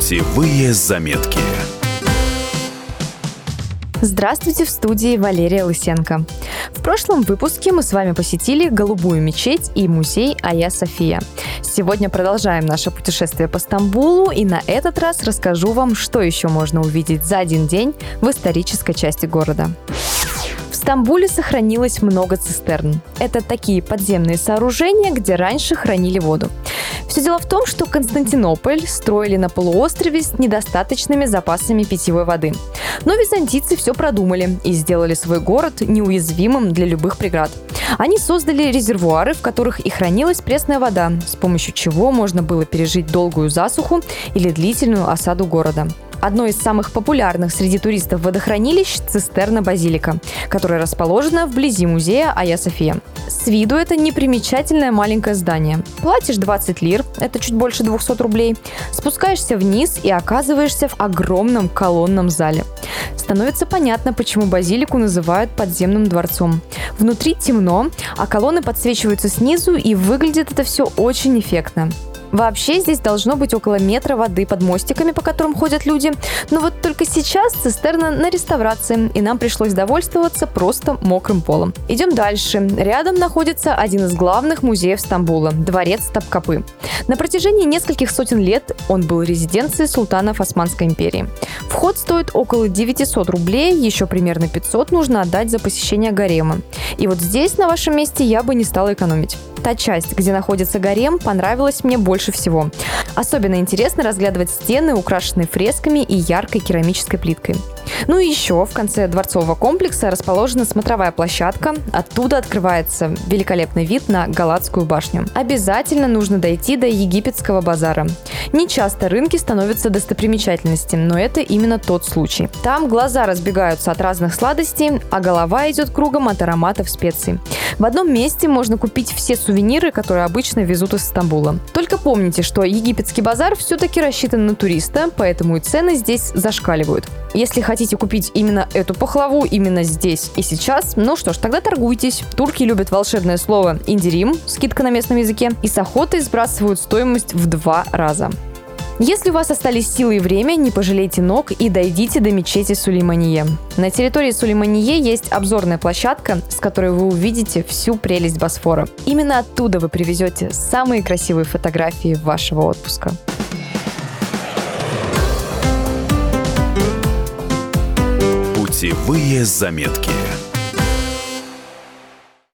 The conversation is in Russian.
Путевые заметки. Здравствуйте, в студии Валерия Лысенко. В прошлом выпуске мы с вами посетили Голубую мечеть и музей Айя София. Сегодня продолжаем наше путешествие по Стамбулу, и на этот раз расскажу вам, что еще можно увидеть за один день в исторической части города. В Стамбуле сохранилось много цистерн. Это такие подземные сооружения, где раньше хранили воду. Все дело в том, что Константинополь строили на полуострове с недостаточными запасами питьевой воды. Но византийцы все продумали и сделали свой город неуязвимым для любых преград. Они создали резервуары, в которых и хранилась пресная вода, с помощью чего можно было пережить долгую засуху или длительную осаду города. Одно из самых популярных среди туристов водохранилищ – цистерна-базилика, которая расположена вблизи музея Айя София. С виду это непримечательное маленькое здание. Платишь 20 лир, это чуть больше 200 рублей, спускаешься вниз и оказываешься в огромном колонном зале. Становится понятно, почему базилику называют подземным дворцом. Внутри темно, а колонны подсвечиваются снизу, и выглядит это все очень эффектно. Вообще здесь должно быть около метра воды под мостиками, по которым ходят люди. Но вот только сейчас цистерна на реставрации, и нам пришлось довольствоваться просто мокрым полом. Идем дальше. Рядом находится один из главных музеев Стамбула – дворец Топкапы. На протяжении нескольких сотен лет он был резиденцией султанов Османской империи. Вход стоит около 900 рублей, еще примерно 500 нужно отдать за посещение гарема. И вот здесь, на вашем месте, я бы не стала экономить. Та часть, где находится гарем, понравилась мне больше всего. Особенно интересно разглядывать стены, украшенные фресками и яркой керамической плиткой. Ну и еще в конце дворцового комплекса расположена смотровая площадка. Оттуда открывается великолепный вид на Галатскую башню. Обязательно нужно дойти до египетского базара. Не часто рынки становятся достопримечательностями, но это именно тот случай. Там глаза разбегаются от разных сладостей, а голова идет кругом от ароматов специй. В одном месте можно купить все сувениры, которые обычно везут из Стамбула. Только помните, что египетский базар все-таки рассчитан на туриста, поэтому и цены здесь зашкаливают. Если хотите купить именно эту пахлаву именно здесь и сейчас, ну что ж, тогда торгуйтесь. Турки любят волшебное слово «индирим», скидка на местном языке, и с охотой сбрасывают стоимость в 2 раза. Если у вас остались силы и время, не пожалейте ног и дойдите до мечети Сулеймание. На территории Сулеймание есть обзорная площадка, с которой вы увидите всю прелесть Босфора. Именно оттуда вы привезете самые красивые фотографии вашего отпуска. Путевые заметки.